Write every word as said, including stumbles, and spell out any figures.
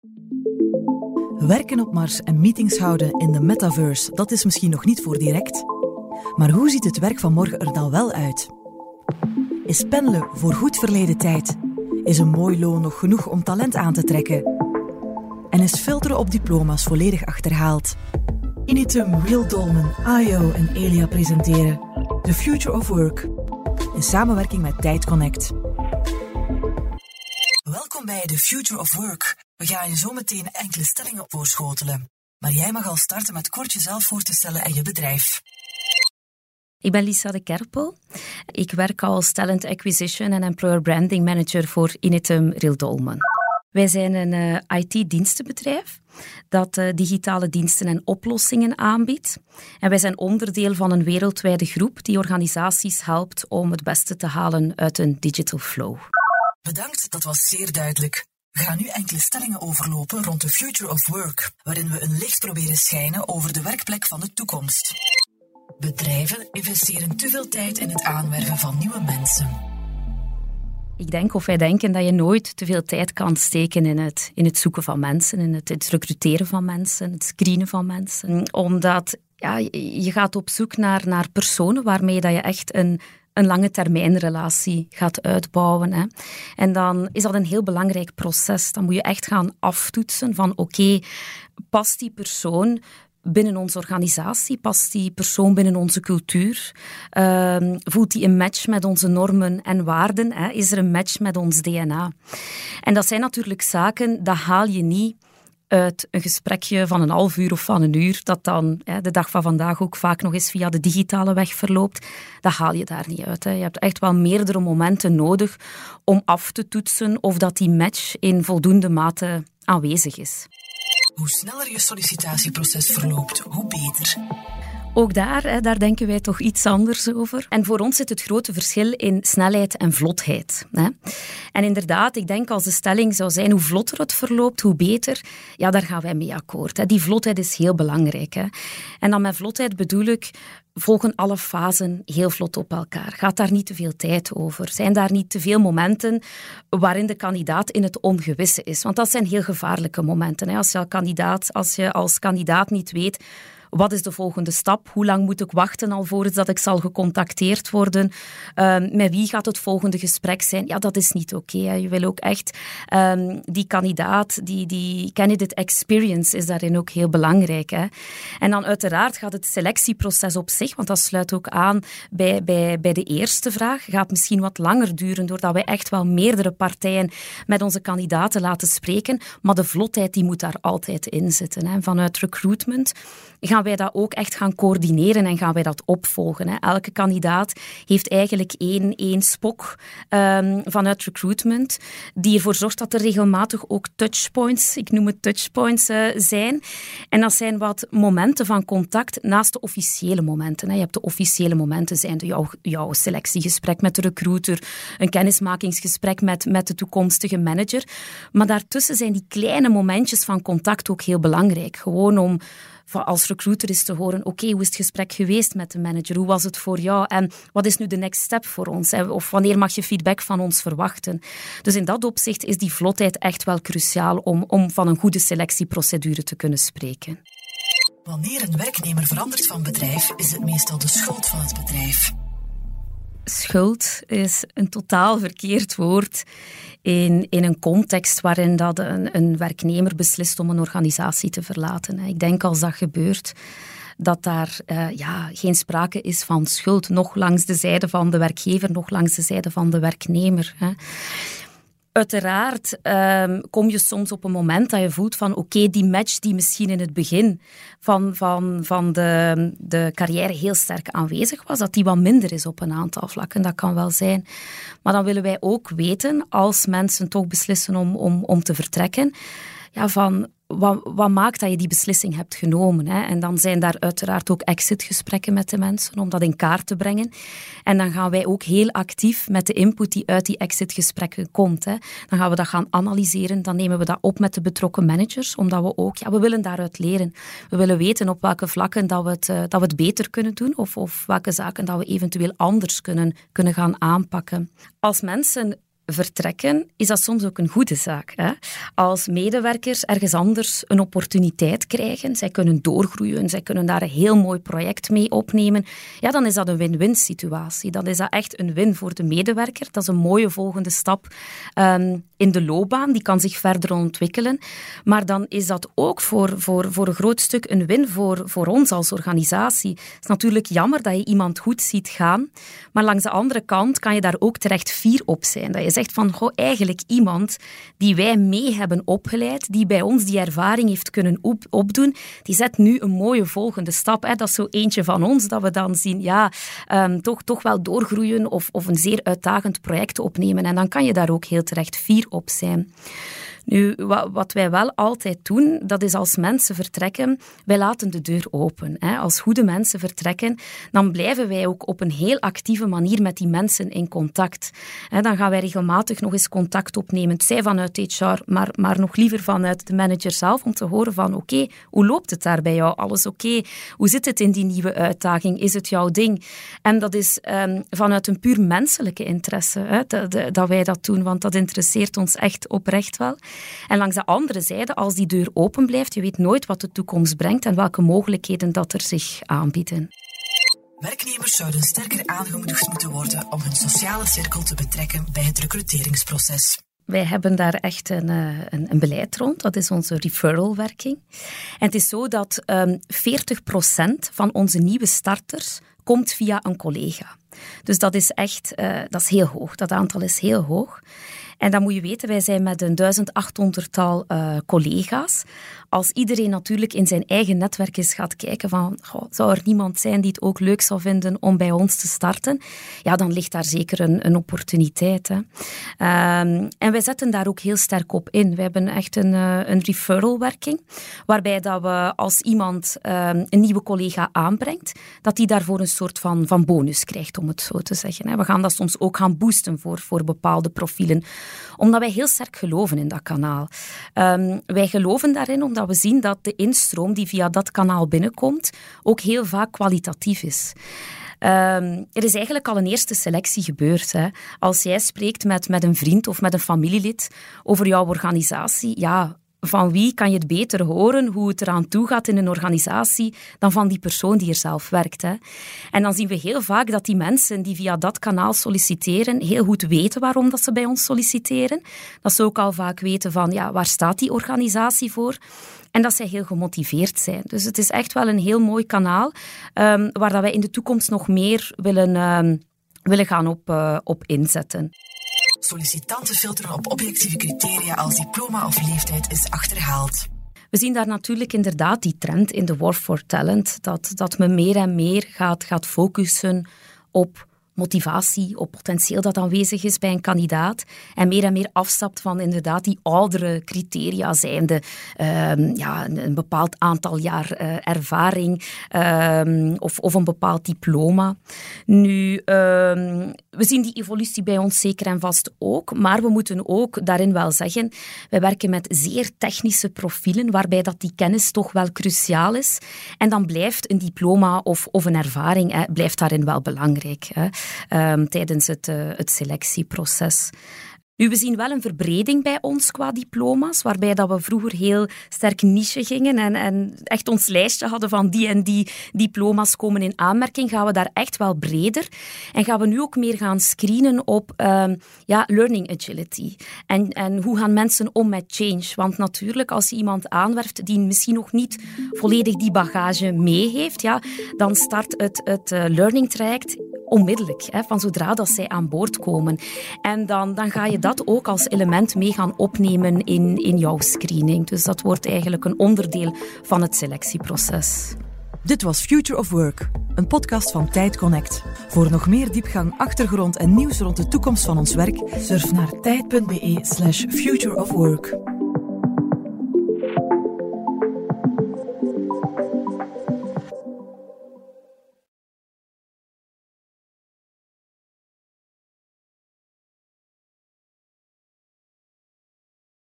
Werken op Mars en meetings houden in de metaverse, dat is misschien nog niet voor direct. Maar hoe ziet het werk van morgen er dan wel uit? Is pendelen voor goed verleden tijd? Is een mooi loon nog genoeg om talent aan te trekken? En is filteren op diploma's volledig achterhaald? Initum, Real Dolmen, Ayo en Elia presenteren The Future of Work in samenwerking met Tijd Connect. Welkom bij The Future of Work. We gaan je zo meteen enkele stellingen voorschotelen. Maar jij mag al starten met kort jezelf voor te stellen en je bedrijf. Ik ben Lisa de Kerpel. Ik werk als Talent Acquisition en Employer Branding Manager voor Initum Real Dolmen. Wij zijn een uh, I T-dienstenbedrijf dat uh, digitale diensten en oplossingen aanbiedt. En wij zijn onderdeel van een wereldwijde groep die organisaties helpt om het beste te halen uit een digital flow. Bedankt, dat was zeer duidelijk. We gaan nu enkele stellingen overlopen rond the future of work, waarin we een licht proberen schijnen over de werkplek van de toekomst. Bedrijven investeren te veel tijd in het aanwerven van nieuwe mensen. Ik denk, of wij denken, dat je nooit te veel tijd kan steken in het, in het zoeken van mensen, in het, het recruteren van mensen, het screenen van mensen. Omdat ja, je gaat op zoek naar, naar personen waarmee dat je echt een... een lange termijnrelatie gaat uitbouwen. Hè. En dan is dat een heel belangrijk proces. Dan moet je echt gaan aftoetsen van oké, okay, past die persoon binnen onze organisatie? Past die persoon binnen onze cultuur? Uh, voelt die een match met onze normen en waarden? Hè? Is er een match met ons D N A? En dat zijn natuurlijk zaken, dat haal je niet uit een gesprekje van een half uur of van een uur, dat dan hè, de dag van vandaag ook vaak nog eens via de digitale weg verloopt. Dat haal je daar niet uit. Hè. Je hebt echt wel meerdere momenten nodig om af te toetsen of dat die match in voldoende mate aanwezig is. Hoe sneller je sollicitatieproces verloopt, hoe beter. Ook daar, hè, daar denken wij toch iets anders over. En voor ons zit het grote verschil in snelheid en vlotheid. Hè. En inderdaad, ik denk als de stelling zou zijn hoe vlotter het verloopt, hoe beter. Ja, daar gaan wij mee akkoord. Hè. Die vlotheid is heel belangrijk. Hè. En dan met vlotheid bedoel ik, volgen alle fasen heel vlot op elkaar. Gaat daar niet te veel tijd over? Zijn daar niet te veel momenten waarin de kandidaat in het ongewisse is? Want dat zijn heel gevaarlijke momenten. Hè. Als je als kandidaat, als je als kandidaat niet weet, wat is de volgende stap? Hoe lang moet ik wachten alvorens dat ik zal gecontacteerd worden? Um, met wie gaat het volgende gesprek zijn? Ja, dat is niet oké. Okay, je wil ook echt um, die kandidaat, die, die candidate experience is daarin ook heel belangrijk. Hè? En dan uiteraard gaat het selectieproces op zich, want dat sluit ook aan bij, bij, bij de eerste vraag, gaat misschien wat langer duren, doordat wij echt wel meerdere partijen met onze kandidaten laten spreken. Maar de vlotheid die moet daar altijd in zitten. Hè? Vanuit recruitment gaan wij dat ook echt gaan coördineren en gaan wij dat opvolgen. Hè. Elke kandidaat heeft eigenlijk één, één spok um, vanuit recruitment die ervoor zorgt dat er regelmatig ook touchpoints, ik noem het touchpoints, uh, zijn. En dat zijn wat momenten van contact naast de officiële momenten. Hè. Je hebt de officiële momenten, zijn jouw, jouw selectiegesprek met de recruiter, een kennismakingsgesprek met, met de toekomstige manager. Maar daartussen zijn die kleine momentjes van contact ook heel belangrijk. Gewoon om als recruiter is te horen, oké, okay, hoe is het gesprek geweest met de manager? Hoe was het voor jou? En wat is nu de next step voor ons? Of wanneer mag je feedback van ons verwachten? Dus in dat opzicht is die vlotheid echt wel cruciaal om, om van een goede selectieprocedure te kunnen spreken. Wanneer een werknemer verandert van bedrijf, is het meestal de schuld van het bedrijf. Schuld is een totaal verkeerd woord in, in een context waarin dat een, een werknemer beslist om een organisatie te verlaten. Ik denk als dat gebeurt, dat daar uh, ja, geen sprake is van schuld, nog langs de zijde van de werkgever, nog langs de zijde van de werknemer. Hè. Uiteraard um, kom je soms op een moment dat je voelt van oké, okay, die match die misschien in het begin van, van, van de, de carrière heel sterk aanwezig was, dat die wat minder is op een aantal vlakken. Dat kan wel zijn. Maar dan willen wij ook weten, als mensen toch beslissen om, om, om te vertrekken, ja, van wat, wat maakt dat je die beslissing hebt genomen? Hè? En dan zijn daar uiteraard ook exitgesprekken met de mensen om dat in kaart te brengen. En dan gaan wij ook heel actief met de input die uit die exitgesprekken komt. Hè. Dan gaan we dat gaan analyseren, dan nemen we dat op met de betrokken managers, omdat we ook, ja, we willen daaruit leren. We willen weten op welke vlakken dat we het, uh, dat we het beter kunnen doen of, of welke zaken dat we eventueel anders kunnen, kunnen gaan aanpakken. Als mensen vertrekken, is dat soms ook een goede zaak. Hè? Als medewerkers ergens anders een opportuniteit krijgen, zij kunnen doorgroeien, zij kunnen daar een heel mooi project mee opnemen, ja, dan is dat een win-win situatie. Dan is dat echt een win voor de medewerker. Dat is een mooie volgende stap um, in de loopbaan. Die kan zich verder ontwikkelen. Maar dan is dat ook voor, voor, voor een groot stuk een win voor, voor ons als organisatie. Het is natuurlijk jammer dat je iemand goed ziet gaan, maar langs de andere kant kan je daar ook terecht fier op zijn. Dat je zegt van, goh, eigenlijk iemand die wij mee hebben opgeleid, die bij ons die ervaring heeft kunnen op- opdoen, die zet nu een mooie volgende stap. Hè. Dat is zo eentje van ons, dat we dan zien, ja, um, toch, toch wel doorgroeien of, of een zeer uitdagend project opnemen. En dan kan je daar ook heel terecht fier op zijn. Nu, wat wij wel altijd doen, dat is als mensen vertrekken, wij laten de deur open. Als goede mensen vertrekken, dan blijven wij ook op een heel actieve manier met die mensen in contact. Dan gaan wij regelmatig nog eens contact opnemen, zij vanuit H R, maar, maar nog liever vanuit de manager zelf, om te horen van, oké, okay, hoe loopt het daar bij jou? Alles oké? Okay? Hoe zit het in die nieuwe uitdaging? Is het jouw ding? En dat is um, vanuit een puur menselijke interesse, hè, dat, dat wij dat doen, want dat interesseert ons echt oprecht wel. En langs de andere zijde, als die deur open blijft, je weet nooit wat de toekomst brengt en welke mogelijkheden dat er zich aanbieden. Werknemers zouden sterker aangemoedigd moeten worden om hun sociale cirkel te betrekken bij het recruteringsproces. Wij hebben daar echt een, een, een beleid rond, dat is onze referral-werking. En het is zo dat um, veertig procent van onze nieuwe starters komt via een collega. Dus dat is echt uh, dat is heel hoog, dat aantal is heel hoog. En dan moet je weten, wij zijn met een duizend achthonderdtal uh, collega's. Als iedereen natuurlijk in zijn eigen netwerk eens gaat kijken van, goh, zou er niemand zijn die het ook leuk zou vinden om bij ons te starten? Ja, dan ligt daar zeker een, een opportuniteit. Hè. Um, en wij zetten daar ook heel sterk op in. We hebben echt een, uh, een referral-werking, waarbij dat we als iemand um, een nieuwe collega aanbrengt, dat die daarvoor een soort van, van bonus krijgt, om het zo te zeggen. Hè. We gaan dat soms ook gaan boosten voor, voor bepaalde profielen, omdat wij heel sterk geloven in dat kanaal. Um, wij geloven daarin omdat we zien dat de instroom die via dat kanaal binnenkomt ook heel vaak kwalitatief is. Um, er is eigenlijk al een eerste selectie gebeurd. Hè. Als jij spreekt met, met een vriend of met een familielid over jouw organisatie, ja, van wie kan je het beter horen hoe het eraan toe gaat in een organisatie dan van die persoon die er zelf werkt. Hè. En dan zien we heel vaak dat die mensen die via dat kanaal solliciteren heel goed weten waarom dat ze bij ons solliciteren. Dat ze ook al vaak weten van, ja, waar staat die organisatie voor? En dat zij heel gemotiveerd zijn. Dus het is echt wel een heel mooi kanaal um, waar dat wij in de toekomst nog meer willen, um, willen gaan op, uh, op inzetten. Sollicitanten filteren op objectieve criteria als diploma of leeftijd is achterhaald. We zien daar natuurlijk inderdaad die trend in de War for Talent, dat, dat men meer en meer gaat, gaat focussen op motivatie, op potentieel dat aanwezig is bij een kandidaat en meer en meer afstapt van inderdaad die oudere criteria zijnde, um, ja, een, een bepaald aantal jaar uh, ervaring um, of, of een bepaald diploma. Nu, um, we zien die evolutie bij ons zeker en vast ook, maar we moeten ook daarin wel zeggen, wij werken met zeer technische profielen, waarbij dat die kennis toch wel cruciaal is. En dan blijft een diploma of, of een ervaring, hè, blijft daarin wel belangrijk. Hè. Um, tijdens het, uh, het selectieproces. Nu, we zien wel een verbreding bij ons qua diploma's, waarbij dat we vroeger heel sterk niche gingen en, en echt ons lijstje hadden van die en die diploma's komen in aanmerking, gaan we daar echt wel breder en gaan we nu ook meer gaan screenen op um, ja, learning agility. En, en hoe gaan mensen om met change? Want natuurlijk, als je iemand aanwerft die misschien nog niet volledig die bagage mee heeft, ja, dan start het, het uh, learning traject onmiddellijk, hè, van zodra dat zij aan boord komen. En dan, dan ga je dat ook als element mee gaan opnemen in, in jouw screening. Dus dat wordt eigenlijk een onderdeel van het selectieproces. Dit was Future of Work, een podcast van Tijd Connect. Voor nog meer diepgang, achtergrond en nieuws rond de toekomst van ons werk, surf naar tijd punt be slash future of work.